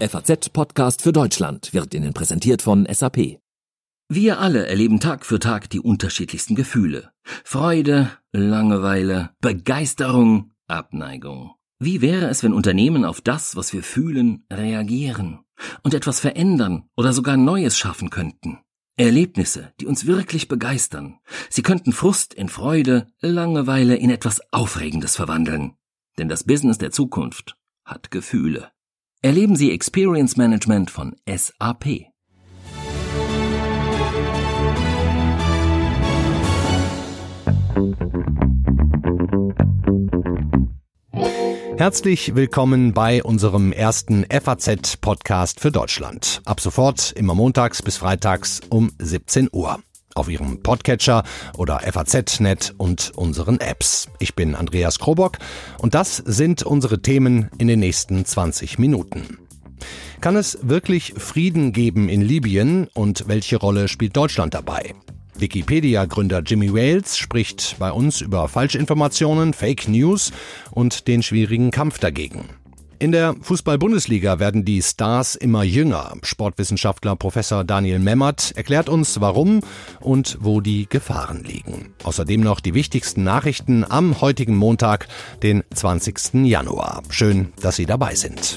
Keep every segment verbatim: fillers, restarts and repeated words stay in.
F A Z-Podcast für Deutschland wird Ihnen präsentiert von S A P. Wir alle erleben Tag für Tag die unterschiedlichsten Gefühle. Freude, Langeweile, Begeisterung, Abneigung. Wie wäre es, wenn Unternehmen auf das, was wir fühlen, reagieren und etwas verändern oder sogar Neues schaffen könnten? Erlebnisse, die uns wirklich begeistern. Sie könnten Frust in Freude, Langeweile in etwas Aufregendes verwandeln. Denn das Business der Zukunft hat Gefühle. Erleben Sie Experience Management von S A P. Herzlich willkommen bei unserem ersten F A Z-Podcast für Deutschland. Ab sofort immer montags bis freitags um siebzehn Uhr. Auf Ihrem Podcatcher oder F A Z Punkt net und unseren Apps. Ich bin Andreas Krobock und das sind unsere Themen in den nächsten zwanzig Minuten. Kann es wirklich Frieden geben in Libyen und welche Rolle spielt Deutschland dabei? Wikipedia-Gründer Jimmy Wales spricht bei uns über Falschinformationen, Fake News und den schwierigen Kampf dagegen. In der Fußball-Bundesliga werden die Stars immer jünger. Sportwissenschaftler Professor Daniel Memmert erklärt uns, warum und wo die Gefahren liegen. Außerdem noch die wichtigsten Nachrichten am heutigen Montag, den zwanzigsten Januar. Schön, dass Sie dabei sind.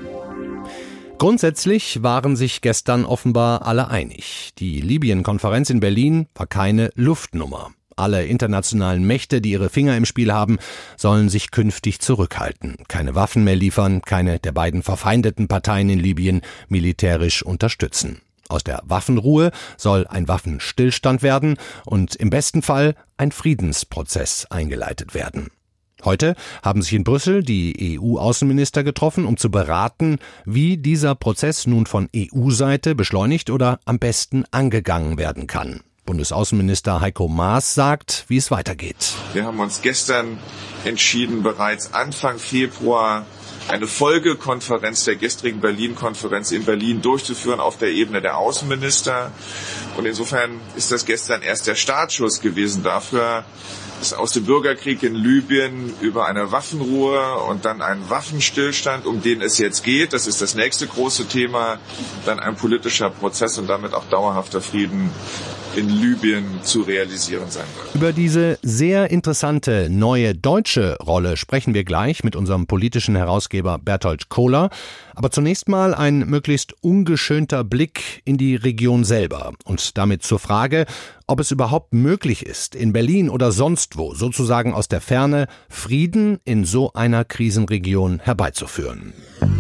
Grundsätzlich waren sich gestern offenbar alle einig. Die Libyen-Konferenz in Berlin war keine Luftnummer. Alle internationalen Mächte, die ihre Finger im Spiel haben, sollen sich künftig zurückhalten, keine Waffen mehr liefern, keine der beiden verfeindeten Parteien in Libyen militärisch unterstützen. Aus der Waffenruhe soll ein Waffenstillstand werden und im besten Fall ein Friedensprozess eingeleitet werden. Heute haben sich in Brüssel die E U-Außenminister getroffen, um zu beraten, wie dieser Prozess nun von E U-Seite beschleunigt oder am besten angegangen werden kann. Bundesaußenminister Heiko Maas sagt, wie es weitergeht. Wir haben uns gestern entschieden, bereits Anfang Februar eine Folgekonferenz der gestrigen Berlin-Konferenz in Berlin durchzuführen auf der Ebene der Außenminister. Und insofern ist das gestern erst der Startschuss gewesen dafür, dass aus dem Bürgerkrieg in Libyen über eine Waffenruhe und dann einen Waffenstillstand, um den es jetzt geht, das ist das nächste große Thema, dann ein politischer Prozess und damit auch dauerhafter Frieden in Libyen zu realisieren sein wird. Über diese sehr interessante neue deutsche Rolle sprechen wir gleich mit unserem politischen Herausgeber Berthold Kohler. Aber zunächst mal ein möglichst ungeschönter Blick in die Region selber und damit zur Frage, ob es überhaupt möglich ist, in Berlin oder sonst wo, sozusagen aus der Ferne, Frieden in so einer Krisenregion herbeizuführen.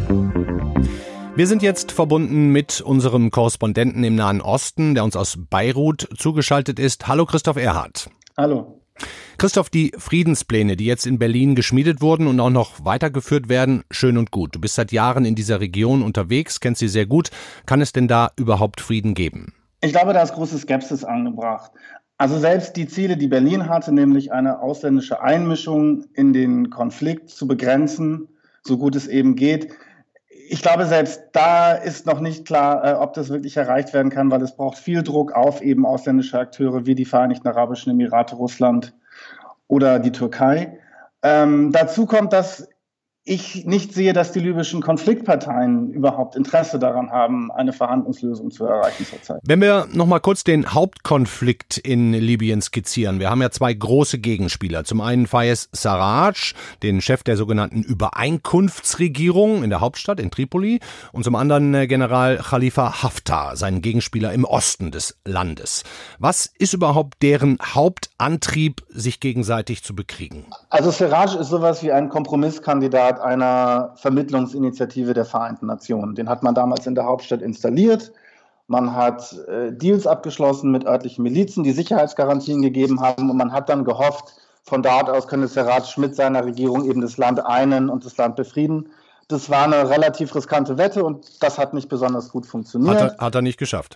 Wir sind jetzt verbunden mit unserem Korrespondenten im Nahen Osten, der uns aus Beirut zugeschaltet ist. Hallo Christoph Erhardt. Hallo. Christoph, die Friedenspläne, die jetzt in Berlin geschmiedet wurden und auch noch weitergeführt werden, schön und gut. Du bist seit Jahren in dieser Region unterwegs, kennst sie sehr gut. Kann es denn da überhaupt Frieden geben? Ich glaube, da ist große Skepsis angebracht. Also selbst die Ziele, die Berlin hatte, nämlich eine ausländische Einmischung in den Konflikt zu begrenzen, so gut es eben geht. Ich glaube, selbst da ist noch nicht klar, ob das wirklich erreicht werden kann, weil es braucht viel Druck auf eben ausländische Akteure wie die Vereinigten Arabischen Emirate, Russland oder die Türkei. Ähm, dazu kommt, dass ich nicht sehe, dass die libyschen Konfliktparteien überhaupt Interesse daran haben, eine Verhandlungslösung zu erreichen zurzeit. Wenn wir noch mal kurz den Hauptkonflikt in Libyen skizzieren. Wir haben ja zwei große Gegenspieler. Zum einen Fayez Sarraj, den Chef der sogenannten Übereinkunftsregierung in der Hauptstadt in Tripoli, und zum anderen General Khalifa Haftar, seinen Gegenspieler im Osten des Landes. Was ist überhaupt deren Hauptantrieb, sich gegenseitig zu bekriegen? Also Sarraj ist sowas wie ein Kompromisskandidat einer Vermittlungsinitiative der Vereinten Nationen. Den hat man damals in der Hauptstadt installiert. Man hat äh, Deals abgeschlossen mit örtlichen Milizen, die Sicherheitsgarantien gegeben haben. Und man hat dann gehofft, von dort aus könne Sarraj mit seiner Regierung eben das Land einen und das Land befrieden. Das war eine relativ riskante Wette und das hat nicht besonders gut funktioniert. Hat er, hat er nicht geschafft?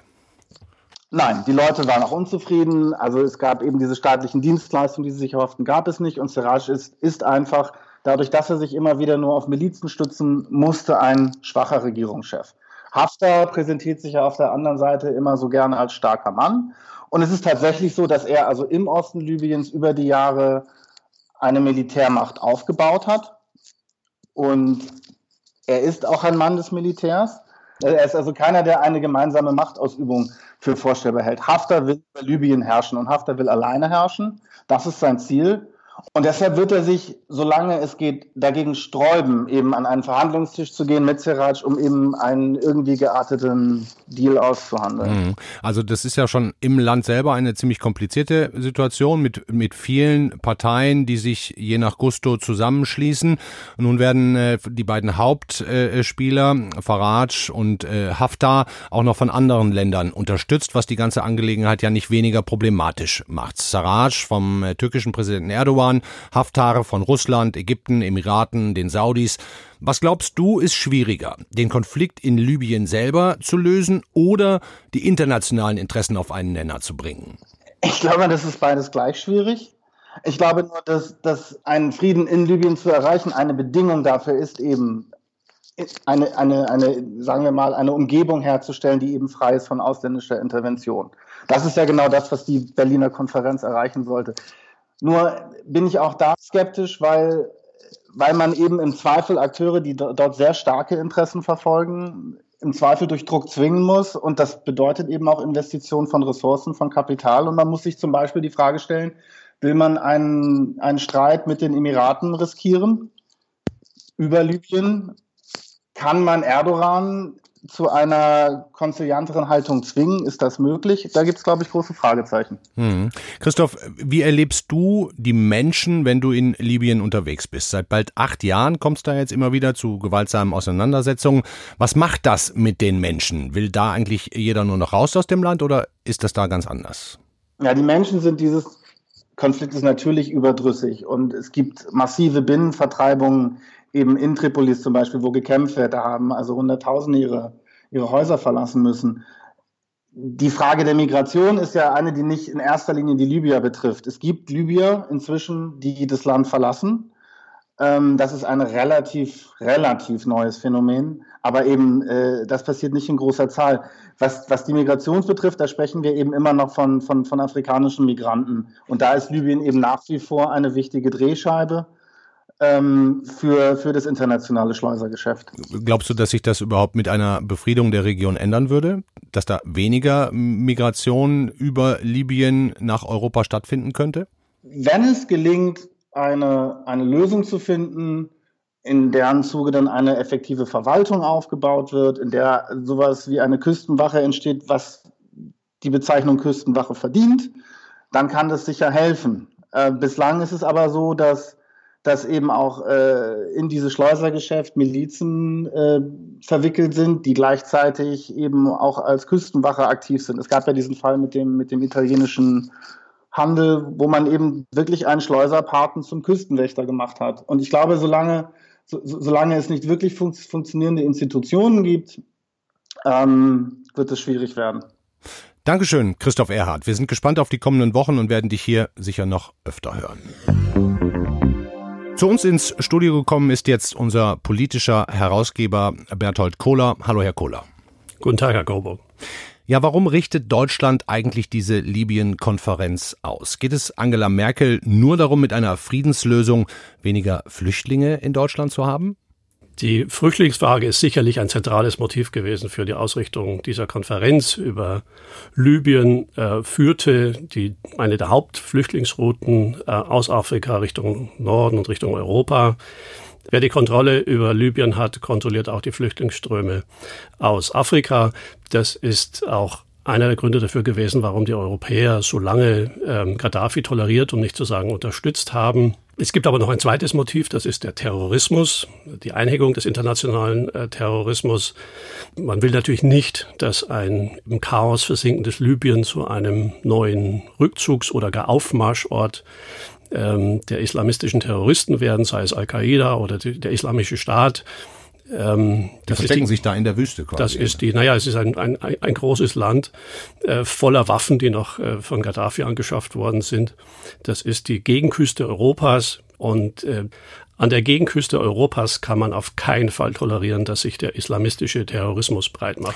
Nein, die Leute waren auch unzufrieden. Also es gab eben diese staatlichen Dienstleistungen, die sie sich erhofften, gab es nicht. Und Sarraj ist, ist einfach, dadurch, dass er sich immer wieder nur auf Milizen stützen musste, ein schwacher Regierungschef. Haftar präsentiert sich ja auf der anderen Seite immer so gerne als starker Mann. Und es ist tatsächlich so, dass er also im Osten Libyens über die Jahre eine Militärmacht aufgebaut hat. Und Er ist auch ein Mann des Militärs. Er ist also keiner, der eine gemeinsame Machtausübung für vorstellbar hält. Haftar will über Libyen herrschen und Haftar will alleine herrschen. Das ist sein Ziel. Und deshalb wird er sich, solange es geht, dagegen sträuben, eben an einen Verhandlungstisch zu gehen mit Serraj, um eben einen irgendwie gearteten Deal auszuhandeln. Also das ist ja schon im Land selber eine ziemlich komplizierte Situation mit, mit vielen Parteien, die sich je nach Gusto zusammenschließen. Nun werden äh, die beiden Hauptspieler, äh, Faraj und äh, Haftar, auch noch von anderen Ländern unterstützt, was die ganze Angelegenheit ja nicht weniger problematisch macht. Serraj vom äh, türkischen Präsidenten Erdogan, Haftar von Russland, Ägypten, Emiraten, den Saudis. Was glaubst du, ist schwieriger, den Konflikt in Libyen selber zu lösen oder die internationalen Interessen auf einen Nenner zu bringen? Ich glaube, das ist beides gleich schwierig. Ich glaube nur, dass, dass einen Frieden in Libyen zu erreichen, eine Bedingung dafür ist eben eine, eine, eine, sagen wir mal, eine Umgebung herzustellen, die eben frei ist von ausländischer Intervention. Das ist ja genau das, was die Berliner Konferenz erreichen sollte. Nur bin ich auch da skeptisch, weil, weil man eben im Zweifel Akteure, die do, dort sehr starke Interessen verfolgen, im Zweifel durch Druck zwingen muss. Und das bedeutet eben auch Investitionen von Ressourcen, von Kapital. Und man muss sich zum Beispiel die Frage stellen, will man einen, einen Streit mit den Emiraten riskieren über Libyen? Kann man Erdogan zu einer konzilianteren Haltung zwingen? Ist das möglich? Da gibt es, glaube ich, große Fragezeichen. Hm. Christoph, wie erlebst du die Menschen, wenn du in Libyen unterwegs bist? Seit bald acht Jahren kommst du da jetzt immer wieder zu gewaltsamen Auseinandersetzungen. Was macht das mit den Menschen? Will da eigentlich jeder nur noch raus aus dem Land oder ist das da ganz anders? Ja, die Menschen sind dieses Konfliktes natürlich überdrüssig und es gibt massive Binnenvertreibungen, eben in Tripolis zum Beispiel, wo gekämpft wird, da haben also Hunderttausende ihre, ihre Häuser verlassen müssen. Die Frage der Migration ist ja eine, die nicht in erster Linie die Libyer betrifft. Es gibt Libyer inzwischen, die das Land verlassen. Ähm, das ist ein relativ, relativ neues Phänomen, aber eben äh, das passiert nicht in großer Zahl. Was, was die Migration betrifft, da sprechen wir eben immer noch von, von, von afrikanischen Migranten. Und da ist Libyen eben nach wie vor eine wichtige Drehscheibe für, für das internationale Schleusergeschäft. Glaubst du, dass sich das überhaupt mit einer Befriedung der Region ändern würde? Dass da weniger Migration über Libyen nach Europa stattfinden könnte? Wenn es gelingt, eine, eine Lösung zu finden, in deren Zuge dann eine effektive Verwaltung aufgebaut wird, in der sowas wie eine Küstenwache entsteht, was die Bezeichnung Küstenwache verdient, dann kann das sicher helfen. Äh, bislang ist es aber so, dass dass eben auch äh, in dieses Schleusergeschäft Milizen äh, verwickelt sind, die gleichzeitig eben auch als Küstenwache aktiv sind. Es gab ja diesen Fall mit dem, mit dem italienischen Handel, wo man eben wirklich einen Schleuserpaten zum Küstenwächter gemacht hat. Und ich glaube, solange, so, solange es nicht wirklich fun- funktionierende Institutionen gibt, ähm, wird es schwierig werden. Dankeschön, Christoph Erhardt. Wir sind gespannt auf die kommenden Wochen und werden dich hier sicher noch öfter hören. Zu uns ins Studio gekommen ist jetzt unser politischer Herausgeber Berthold Kohler. Hallo, Herr Kohler. Guten Tag, Herr Coburg. Ja, warum richtet Deutschland eigentlich diese Libyen-Konferenz aus? Geht es Angela Merkel nur darum, mit einer Friedenslösung weniger Flüchtlinge in Deutschland zu haben? Die Flüchtlingsfrage ist sicherlich ein zentrales Motiv gewesen für die Ausrichtung dieser Konferenz. Über Libyen äh, führte die eine der Hauptflüchtlingsrouten äh, aus Afrika Richtung Norden und Richtung Europa. Wer die Kontrolle über Libyen hat, kontrolliert auch die Flüchtlingsströme aus Afrika. Das ist auch einer der Gründe dafür gewesen, warum die Europäer so lange ähm, Gaddafi toleriert, um nicht zu sagen unterstützt haben. Es gibt aber noch ein zweites Motiv, das ist der Terrorismus, die Einhegung des internationalen äh, Terrorismus. Man will natürlich nicht, dass ein im Chaos versinkendes Libyen zu einem neuen Rückzugs- oder gar Aufmarschort ähm, der islamistischen Terroristen werden, sei es Al-Qaida oder die, der Islamische Staat. Ähm, die das verstecken die, sich da in der Wüste quasi. Das ist die, naja, es ist ein, ein, ein großes Land äh, voller Waffen, die noch äh, von Gaddafi angeschafft worden sind. Das ist die Gegenküste Europas und äh, an der Gegenküste Europas kann man auf keinen Fall tolerieren, dass sich der islamistische Terrorismus breit macht.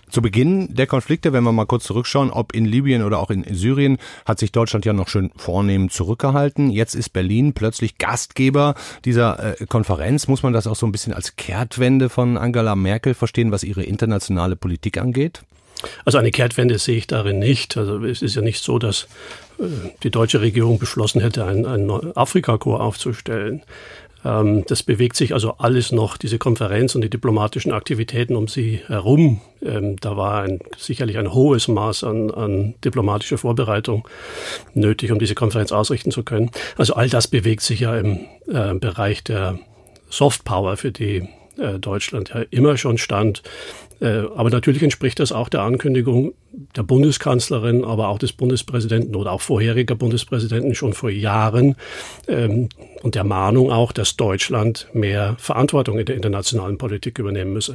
Zu Beginn der Konflikte, wenn wir mal kurz zurückschauen, ob in Libyen oder auch in Syrien, hat sich Deutschland ja noch schön vornehm zurückgehalten. Jetzt ist Berlin plötzlich Gastgeber dieser äh, Konferenz. Muss man das auch so ein bisschen als Kehrtwende von Angela Merkel verstehen, was ihre internationale Politik angeht? Also eine Kehrtwende sehe ich darin nicht. Also es ist ja nicht so, dass äh, die deutsche Regierung beschlossen hätte, einen, einen Afrika-Korps aufzustellen. Das bewegt sich also alles noch, diese Konferenz und die diplomatischen Aktivitäten um sie herum. Da war ein, sicherlich ein hohes Maß an, an diplomatischer Vorbereitung nötig, um diese Konferenz ausrichten zu können. Also all das bewegt sich ja im äh, Bereich der Softpower, für die äh, Deutschland ja immer schon stand. Äh, aber natürlich entspricht das auch der Ankündigung der Bundeskanzlerin, aber auch des Bundespräsidenten oder auch vorheriger Bundespräsidenten schon vor Jahren ähm, und der Mahnung auch, dass Deutschland mehr Verantwortung in der internationalen Politik übernehmen müsse.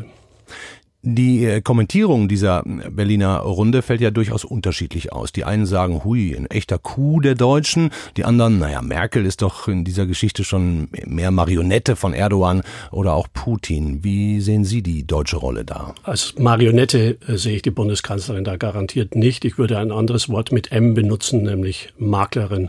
Die Kommentierung dieser Berliner Runde fällt ja durchaus unterschiedlich aus. Die einen sagen, hui, ein echter Coup der Deutschen. Die anderen, naja, Merkel ist doch in dieser Geschichte schon mehr Marionette von Erdogan oder auch Putin. Wie sehen Sie die deutsche Rolle da? Als Marionette äh, sehe ich die Bundeskanzlerin da garantiert nicht. Ich würde ein anderes Wort mit M benutzen, nämlich Maklerin.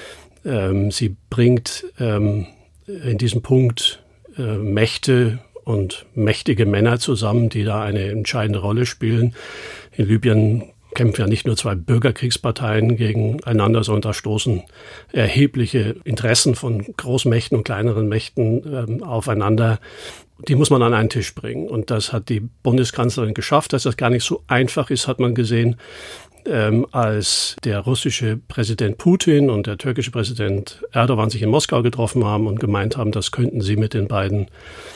Ähm, sie bringt ähm, in diesem Punkt äh, Mächte und mächtige Männer zusammen, die da eine entscheidende Rolle spielen. In Libyen kämpfen ja nicht nur zwei Bürgerkriegsparteien gegeneinander, sondern da stoßen erhebliche Interessen von Großmächten und kleineren Mächten ähm, aufeinander. Die muss man an einen Tisch bringen. Und das hat die Bundeskanzlerin geschafft. Dass das gar nicht so einfach ist, hat man gesehen, ähm, als der russische Präsident Putin und der türkische Präsident Erdogan sich in Moskau getroffen haben und gemeint haben, das könnten sie mit den beiden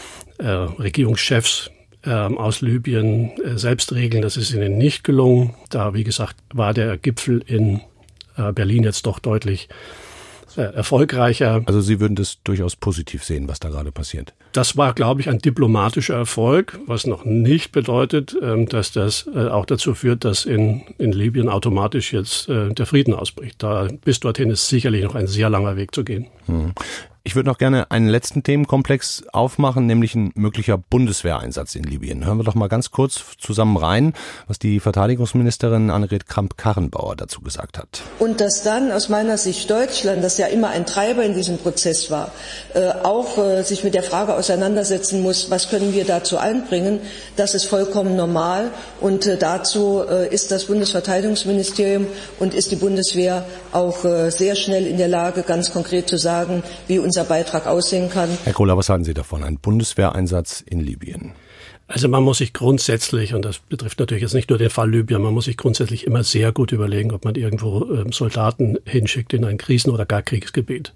Äh, Regierungschefs äh, aus Libyen äh, selbst regeln. Das ist ihnen nicht gelungen. Da, wie gesagt, war der Gipfel in äh, Berlin jetzt doch deutlich äh, erfolgreicher. Also Sie würden das durchaus positiv sehen, was da gerade passiert? Das war, glaube ich, ein diplomatischer Erfolg, was noch nicht bedeutet, äh, dass das äh, auch dazu führt, dass in, in Libyen automatisch jetzt äh, der Frieden ausbricht. Da, bis dorthin ist sicherlich noch ein sehr langer Weg zu gehen. Hm. Ich würde noch gerne einen letzten Themenkomplex aufmachen, nämlich ein möglicher Bundeswehreinsatz in Libyen. Hören wir doch mal ganz kurz zusammen rein, was die Verteidigungsministerin Annegret Kramp-Karrenbauer dazu gesagt hat. Und dass dann aus meiner Sicht Deutschland, das ja immer ein Treiber in diesem Prozess war, auch sich mit der Frage auseinandersetzen muss, was können wir dazu einbringen, das ist vollkommen normal. Und dazu ist das Bundesverteidigungsministerium und ist die Bundeswehr auch sehr schnell in der Lage, ganz konkret zu sagen, wie unser Beitrag aussehen kann. Herr Kohler, was halten Sie davon? Ein Bundeswehreinsatz in Libyen? Also man muss sich grundsätzlich, und das betrifft natürlich jetzt nicht nur den Fall Libyen, man muss sich grundsätzlich immer sehr gut überlegen, ob man irgendwo äh, Soldaten hinschickt in ein Krisen- oder gar Kriegsgebiet.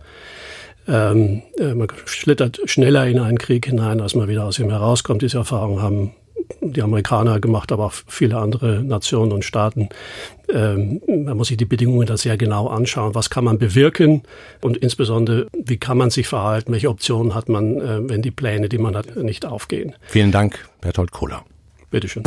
Ähm, äh, man schlittert schneller in einen Krieg hinein, als man wieder aus ihm herauskommt. Diese Erfahrung haben die Amerikaner gemacht, aber auch viele andere Nationen und Staaten. Ähm, man muss sich die Bedingungen da sehr genau anschauen. Was kann man bewirken und insbesondere, wie kann man sich verhalten? Welche Optionen hat man, äh, wenn die Pläne, die man hat, nicht aufgehen? Vielen Dank, Bertolt Kohler. Bitteschön.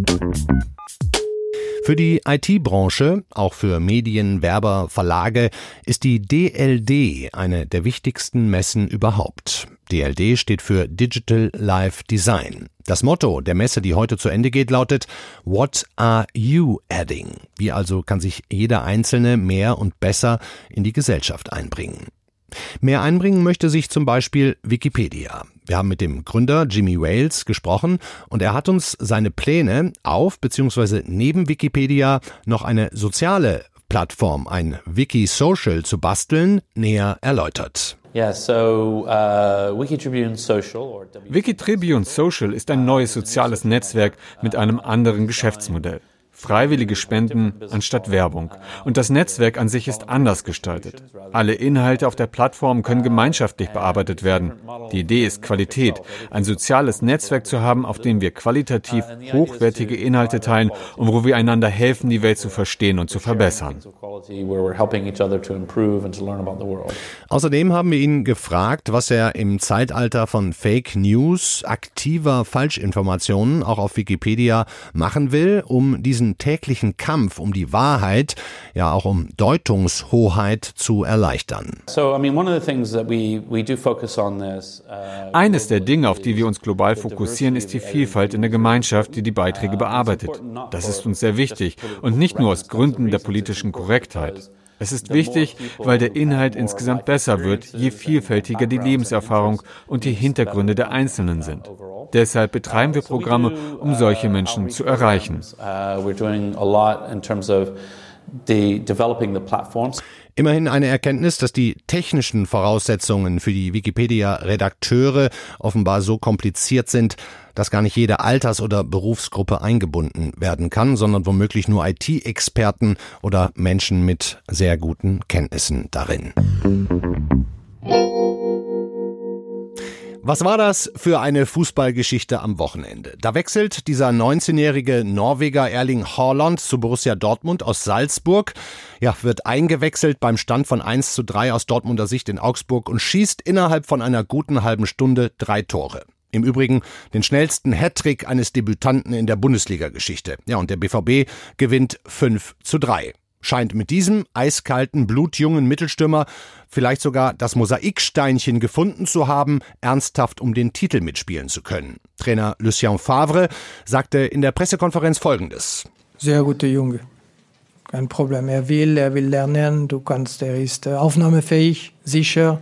Für die I T-Branche, auch für Medien, Werber, Verlage, ist die D L D eine der wichtigsten Messen überhaupt. D L D steht für Digital Life Design. Das Motto der Messe, die heute zu Ende geht, lautet What are you adding? Wie also kann sich jeder Einzelne mehr und besser in die Gesellschaft einbringen? Mehr einbringen möchte sich zum Beispiel Wikipedia. Wir haben mit dem Gründer Jimmy Wales gesprochen und er hat uns seine Pläne auf bzw. neben Wikipedia noch eine soziale Plattform, ein Wikisocial zu basteln, näher erläutert. Yeah, so, uh, Wikitribune Social, or Wikitribune Social ist ein neues soziales Netzwerk mit einem anderen Geschäftsmodell. Freiwillige Spenden anstatt Werbung. Und das Netzwerk an sich ist anders gestaltet. Alle Inhalte auf der Plattform können gemeinschaftlich bearbeitet werden. Die Idee ist Qualität, ein soziales Netzwerk zu haben, auf dem wir qualitativ hochwertige Inhalte teilen und wo wir einander helfen, die Welt zu verstehen und zu verbessern. Außerdem haben wir ihn gefragt, was er im Zeitalter von Fake News, aktiver Falschinformationen auch auf Wikipedia machen will, um diesen diesen täglichen Kampf um die Wahrheit, ja auch um Deutungshoheit zu erleichtern. Eines der Dinge, auf die wir uns global fokussieren, ist die Vielfalt in der Gemeinschaft, die die Beiträge bearbeitet. Das ist uns sehr wichtig und nicht nur aus Gründen der politischen Korrektheit. Es ist wichtig, weil der Inhalt insgesamt besser wird, je vielfältiger die Lebenserfahrung und die Hintergründe der Einzelnen sind. Deshalb betreiben wir Programme, um solche Menschen zu erreichen. Immerhin eine Erkenntnis, dass die technischen Voraussetzungen für die Wikipedia-Redakteure offenbar so kompliziert sind, dass gar nicht jede Alters- oder Berufsgruppe eingebunden werden kann, sondern womöglich nur I T-Experten oder Menschen mit sehr guten Kenntnissen darin. Was war das für eine Fußballgeschichte am Wochenende? Da wechselt dieser neunzehnjährige Norweger Erling Haaland zu Borussia Dortmund aus Salzburg. Ja, wird eingewechselt beim Stand von eins zu drei aus Dortmunder Sicht in Augsburg und schießt innerhalb von einer guten halben Stunde drei Tore. Im Übrigen den schnellsten Hattrick eines Debütanten in der Bundesliga-Geschichte. Ja, und der B V B gewinnt fünf zu drei. Scheint mit diesem eiskalten, blutjungen Mittelstürmer vielleicht sogar das Mosaiksteinchen gefunden zu haben, ernsthaft um den Titel mitspielen zu können. Trainer Lucien Favre sagte in der Pressekonferenz Folgendes. Sehr guter Junge. Kein Problem. Er will, er will lernen. Du kannst, er ist aufnahmefähig, sicher,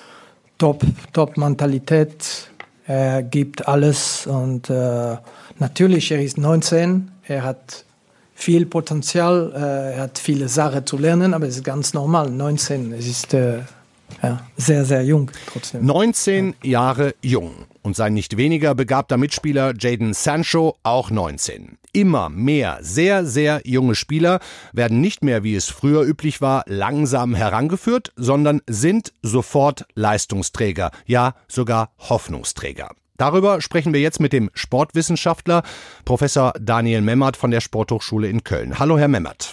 top, top Mentalität. Er gibt alles und äh, natürlich, er ist neunzehn, er hat viel Potenzial, äh, er hat viele Sachen zu lernen, aber es ist ganz normal, neunzehn, es ist äh, ja, sehr, sehr jung trotzdem. neunzehn ja. Jahre jung und sein nicht weniger begabter Mitspieler Jadon Sancho auch neunzehn. Immer mehr sehr, sehr junge Spieler werden nicht mehr, wie es früher üblich war, langsam herangeführt, sondern sind sofort Leistungsträger, ja sogar Hoffnungsträger. Darüber sprechen wir jetzt mit dem Sportwissenschaftler Professor Daniel Memmert von der Sporthochschule in Köln. Hallo, Herr Memmert.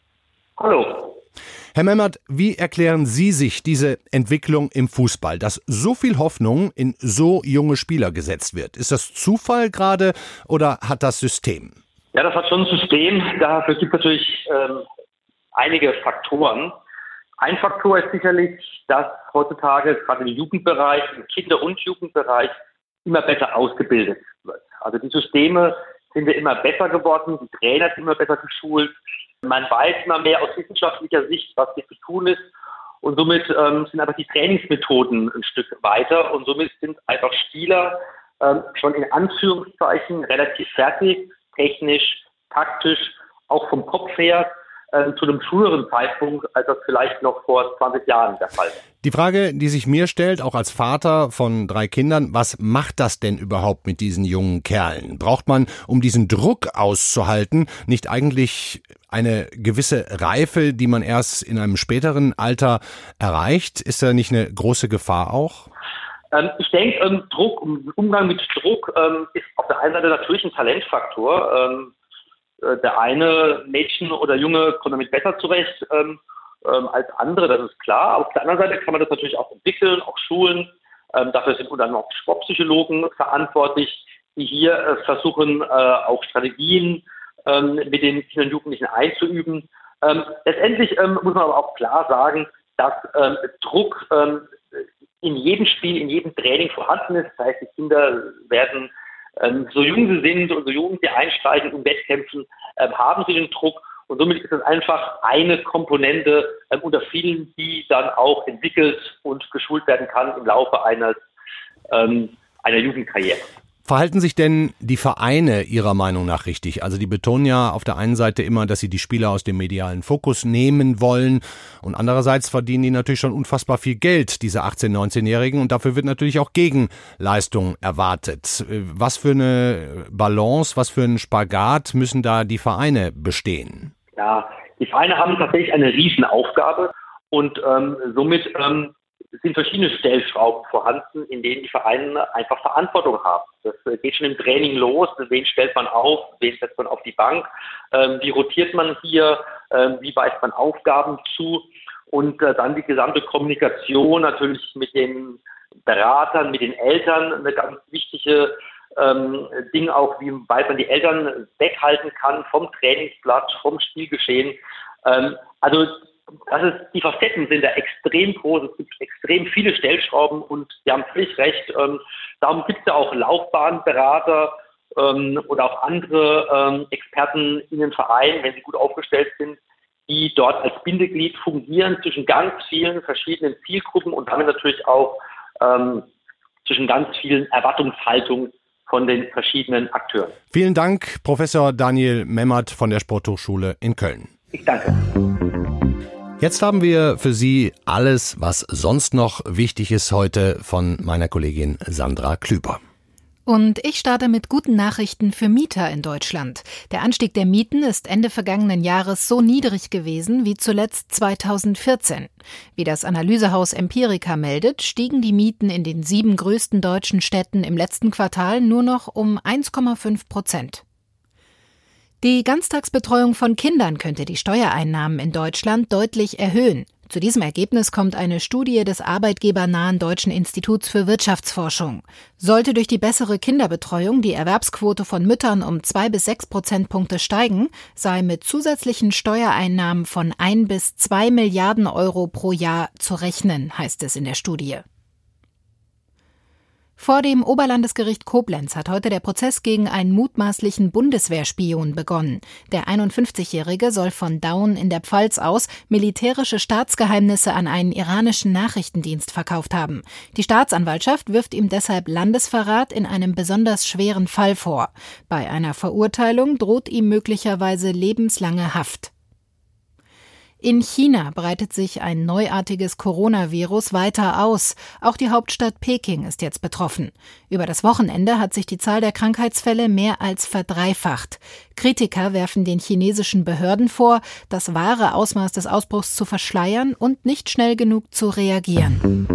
Hallo. Herr Memmert, wie erklären Sie sich diese Entwicklung im Fußball, dass so viel Hoffnung in so junge Spieler gesetzt wird? Ist das Zufall gerade oder hat das System? Ja, das hat schon ein System. Dafür gibt es natürlich ähm, einige Faktoren. Ein Faktor ist sicherlich, dass heutzutage gerade im Jugendbereich, im Kinder- und Jugendbereich immer besser ausgebildet wird. Also die Systeme sind ja immer besser geworden, die Trainer sind immer besser geschult. Man weiß immer mehr aus wissenschaftlicher Sicht, was hier zu tun ist. Und somit ähm, sind einfach die Trainingsmethoden ein Stück weiter. Und somit sind einfach Spieler ähm, schon in Anführungszeichen relativ fertig, technisch, taktisch, auch vom Kopf her, äh, zu einem früheren Zeitpunkt, als das vielleicht noch vor zwanzig Jahren der Fall war. Die Frage, die sich mir stellt, auch als Vater von drei Kindern, was macht das denn überhaupt mit diesen jungen Kerlen? Braucht man, um diesen Druck auszuhalten, nicht eigentlich eine gewisse Reife, die man erst in einem späteren Alter erreicht? Ist da nicht eine große Gefahr auch? Ähm, ich denke, ähm, Druck, Umgang mit Druck ähm, ist auf der einen Seite natürlich ein Talentfaktor. Ähm, äh, der eine Mädchen oder Junge kommt damit besser zurecht ähm, ähm, als andere, das ist klar. Auf der anderen Seite kann man das natürlich auch entwickeln, auch schulen. Ähm, dafür sind unter anderem auch Sportpsychologen verantwortlich, die hier äh, versuchen, äh, auch Strategien ähm, mit den Kindern und Jugendlichen einzuüben. Ähm, letztendlich ähm, muss man aber auch klar sagen, dass ähm, Druck ähm, in jedem Spiel, in jedem Training vorhanden ist. Das heißt, die Kinder werden, ähm, so jung sie sind und so jung sie einsteigen in Wettkämpfen, ähm, haben sie den Druck. Und somit ist es einfach eine Komponente ähm, unter vielen, die dann auch entwickelt und geschult werden kann im Laufe eines, ähm, einer Jugendkarriere. Verhalten sich denn die Vereine Ihrer Meinung nach richtig? Also die betonen ja auf der einen Seite immer, dass sie die Spieler aus dem medialen Fokus nehmen wollen und andererseits verdienen die natürlich schon unfassbar viel Geld, diese achtzehn-, neunzehnjährigen, und dafür wird natürlich auch Gegenleistung erwartet. Was für eine Balance, was für einen Spagat müssen da die Vereine bestehen? Ja, die Vereine haben tatsächlich eine Riesenaufgabe und ähm, somit ähm, sind verschiedene Stellschrauben vorhanden, in denen die Vereine einfach Verantwortung haben. Das geht schon im Training los. Wen stellt man auf? Wen setzt man auf die Bank? Ähm, wie rotiert man hier? Ähm, wie weist man Aufgaben zu? Und äh, dann die gesamte Kommunikation natürlich mit den Beratern, mit den Eltern, eine ganz wichtige ähm, Dinge auch, wie weit man die Eltern weghalten kann vom Trainingsplatz, vom Spielgeschehen. Ähm, also das ist, die Facetten sind da extrem groß, es gibt extrem viele Stellschrauben und Sie haben völlig recht, ähm, darum gibt es ja auch Laufbahnberater ähm, oder auch andere ähm, Experten in den Vereinen, wenn sie gut aufgestellt sind, die dort als Bindeglied fungieren zwischen ganz vielen verschiedenen Zielgruppen und damit natürlich auch ähm, zwischen ganz vielen Erwartungshaltungen von den verschiedenen Akteuren. Vielen Dank, Professor Daniel Memmert von der Sporthochschule in Köln. Ich danke. Jetzt haben wir für Sie alles, was sonst noch wichtig ist heute von meiner Kollegin Sandra Klüber. Und ich starte mit guten Nachrichten für Mieter in Deutschland. Der Anstieg der Mieten ist Ende vergangenen Jahres so niedrig gewesen wie zuletzt zweitausendvierzehn. Wie das Analysehaus Empirica meldet, stiegen die Mieten in den sieben größten deutschen Städten im letzten Quartal nur noch um eins Komma fünf Prozent. Die Ganztagsbetreuung von Kindern könnte die Steuereinnahmen in Deutschland deutlich erhöhen. Zu diesem Ergebnis kommt eine Studie des arbeitgebernahen Deutschen Instituts für Wirtschaftsforschung. Sollte durch die bessere Kinderbetreuung die Erwerbsquote von Müttern um zwei bis sechs Prozentpunkte steigen, sei mit zusätzlichen Steuereinnahmen von ein bis zwei Milliarden Euro pro Jahr zu rechnen, heißt es in der Studie. Vor dem Oberlandesgericht Koblenz hat heute der Prozess gegen einen mutmaßlichen Bundeswehrspion begonnen. Der einundfünfzigjährige soll von Daun in der Pfalz aus militärische Staatsgeheimnisse an einen iranischen Nachrichtendienst verkauft haben. Die Staatsanwaltschaft wirft ihm deshalb Landesverrat in einem besonders schweren Fall vor. Bei einer Verurteilung droht ihm möglicherweise lebenslange Haft. In China breitet sich ein neuartiges Coronavirus weiter aus. Auch die Hauptstadt Peking ist jetzt betroffen. Über das Wochenende hat sich die Zahl der Krankheitsfälle mehr als verdreifacht. Kritiker werfen den chinesischen Behörden vor, das wahre Ausmaß des Ausbruchs zu verschleiern und nicht schnell genug zu reagieren.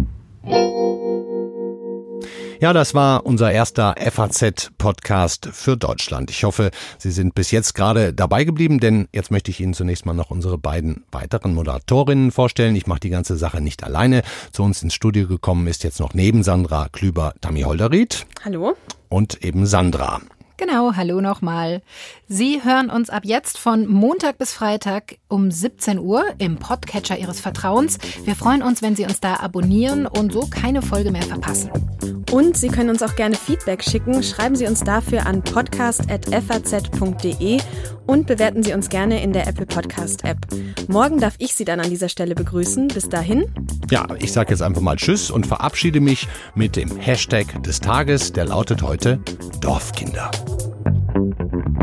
Ja, das war unser erster F A Z-Podcast für Deutschland. Ich hoffe, Sie sind bis jetzt gerade dabei geblieben, denn jetzt möchte ich Ihnen zunächst mal noch unsere beiden weiteren Moderatorinnen vorstellen. Ich mache die ganze Sache nicht alleine. Zu uns ins Studio gekommen ist jetzt noch neben Sandra Klüber Tammy Holderried. Hallo. Und eben Sandra. Genau, hallo nochmal. Sie hören uns ab jetzt von Montag bis Freitag um siebzehn Uhr im Podcatcher Ihres Vertrauens. Wir freuen uns, wenn Sie uns da abonnieren und so keine Folge mehr verpassen. Und Sie können uns auch gerne Feedback schicken. Schreiben Sie uns dafür an podcast at f a z punkt d e und bewerten Sie uns gerne in der Apple Podcast App. Morgen darf ich Sie dann an dieser Stelle begrüßen. Bis dahin. Ja, ich sage jetzt einfach mal Tschüss und verabschiede mich mit dem Hashtag des Tages, der lautet heute Dorfkinder.